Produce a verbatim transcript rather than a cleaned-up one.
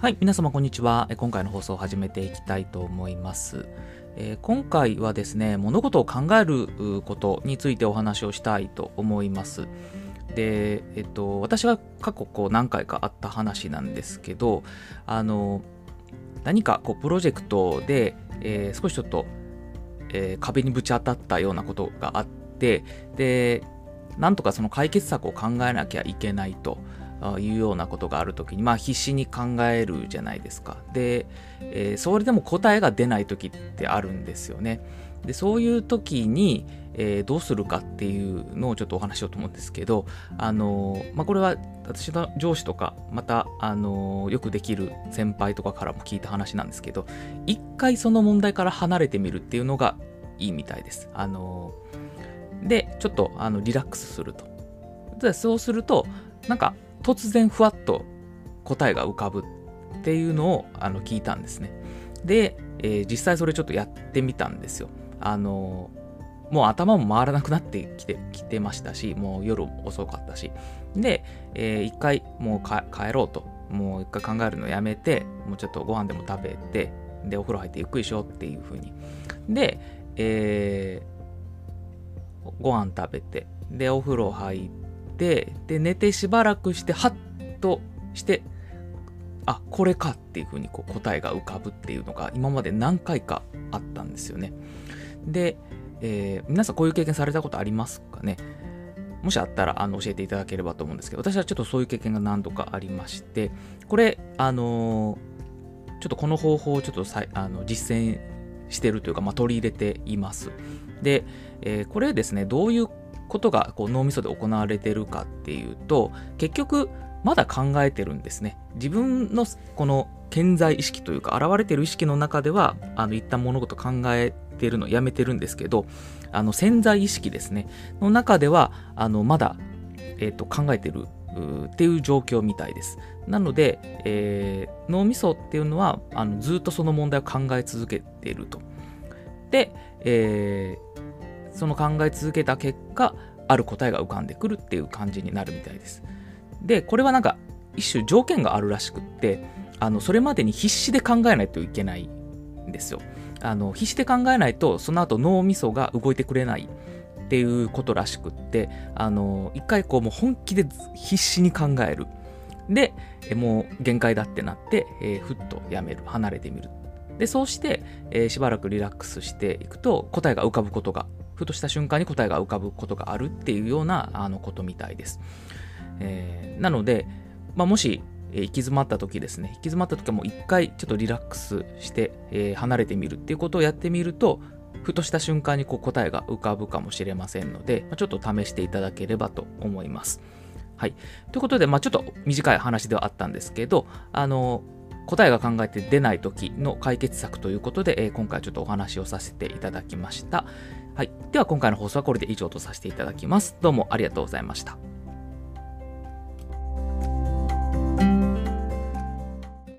はい、皆様こんにちは。え今回の放送を始めていきたいと思います。えー今回はですね、物事を考えるうことについてお話をしたいと思います。で、えっと、私が過去こう何回かあった話なんですけど、あの、何かこうプロジェクトで、えー少しちょっと、えー壁にぶち当たったようなことがあって、で、なんとかその解決策を考えなきゃいけないというようなことがあるときに、まあ必死に考えるじゃないですか。で、えーそれでも答えが出ないときってあるんですよね。で、そういうときに、えーどうするかっていうのをちょっとお話しようと思うんですけど、あのーまあこれは私の上司とか、また、あのーよくできる先輩とかからも聞いた話なんですけど、一回その問題から離れてみるっていうのがいいみたいです。あのーで、ちょっとあのリラックスすると。でそうすると、なんか突然ふわっと答えが浮かぶっていうのをあの聞いたんですね。で、えー実際それちょっとやってみたんですよ。あのーもう頭も回らなくなってきてきてましたし、もう夜遅かったし。で、えー一回もうか帰ろうと。もう一回考えるのやめて、もうちょっとご飯でも食べて、で、お風呂入ってゆっくりしようっていう風に。で、えーご飯食べて、で、お風呂入って、で、寝てしばらくして、ハッとして、あ、これかっていう風にこう答えが浮かぶっていうのが今まで何回かあったんですよね。で、えー皆さんこういう経験されたことありますかね？もしあったらあの教えていただければと思うんですけど、私はちょっとそういう経験が何度かありまして、これ、あのーちょっとこの方法をちょっとさいあの実践してるというか、まあ、取り入れています。で、えーこれですね、どういうことがこう脳みそで行われているかっていうと、結局まだ考えてるんですね。自分のこの潜在意識というか現れている意識の中ではあの一旦物事考えてるのやめてるんですけど、あの潜在意識ですねの中ではあのまだ、えーと考えてるうーっていう状況みたいです。なので、えー脳みそっていうのはあのずっとその問題を考え続けていると。で、えーその考え続けた結果、ある答えが浮かんでくるっていう感じになるみたいです。で、これはなんか一種条件があるらしくって、あのそれまでに必死で考えないといけないんですよ。あの必死で考えないと、その後脳みそが動いてくれないっていうことらしくって、あの一回こうもう本気で必死に考える。で、えもう限界だってなって、えーふっとやめる、離れてみる。で、そうして、えーしばらくリラックスしていくと、答えが浮かぶことが、ふとした瞬間に答えが浮かぶことがあるっていうようなあのことみたいです。えーなので、まあ、もし、えー行き詰まった時ですね、行き詰まった時はもう一回ちょっとリラックスして、えー離れてみるっていうことをやってみると、ふとした瞬間にこう答えが浮かぶかもしれませんので、まあちょっと試していただければと思います。はい。ということで、まあ、ちょっと短い話ではあったんですけど、あの、答えが考えて出ない時の解決策ということで、えー今回ちょっとお話をさせていただきました。はい。では今回の放送はこれで以上とさせていただきます。どうもありがとうございました。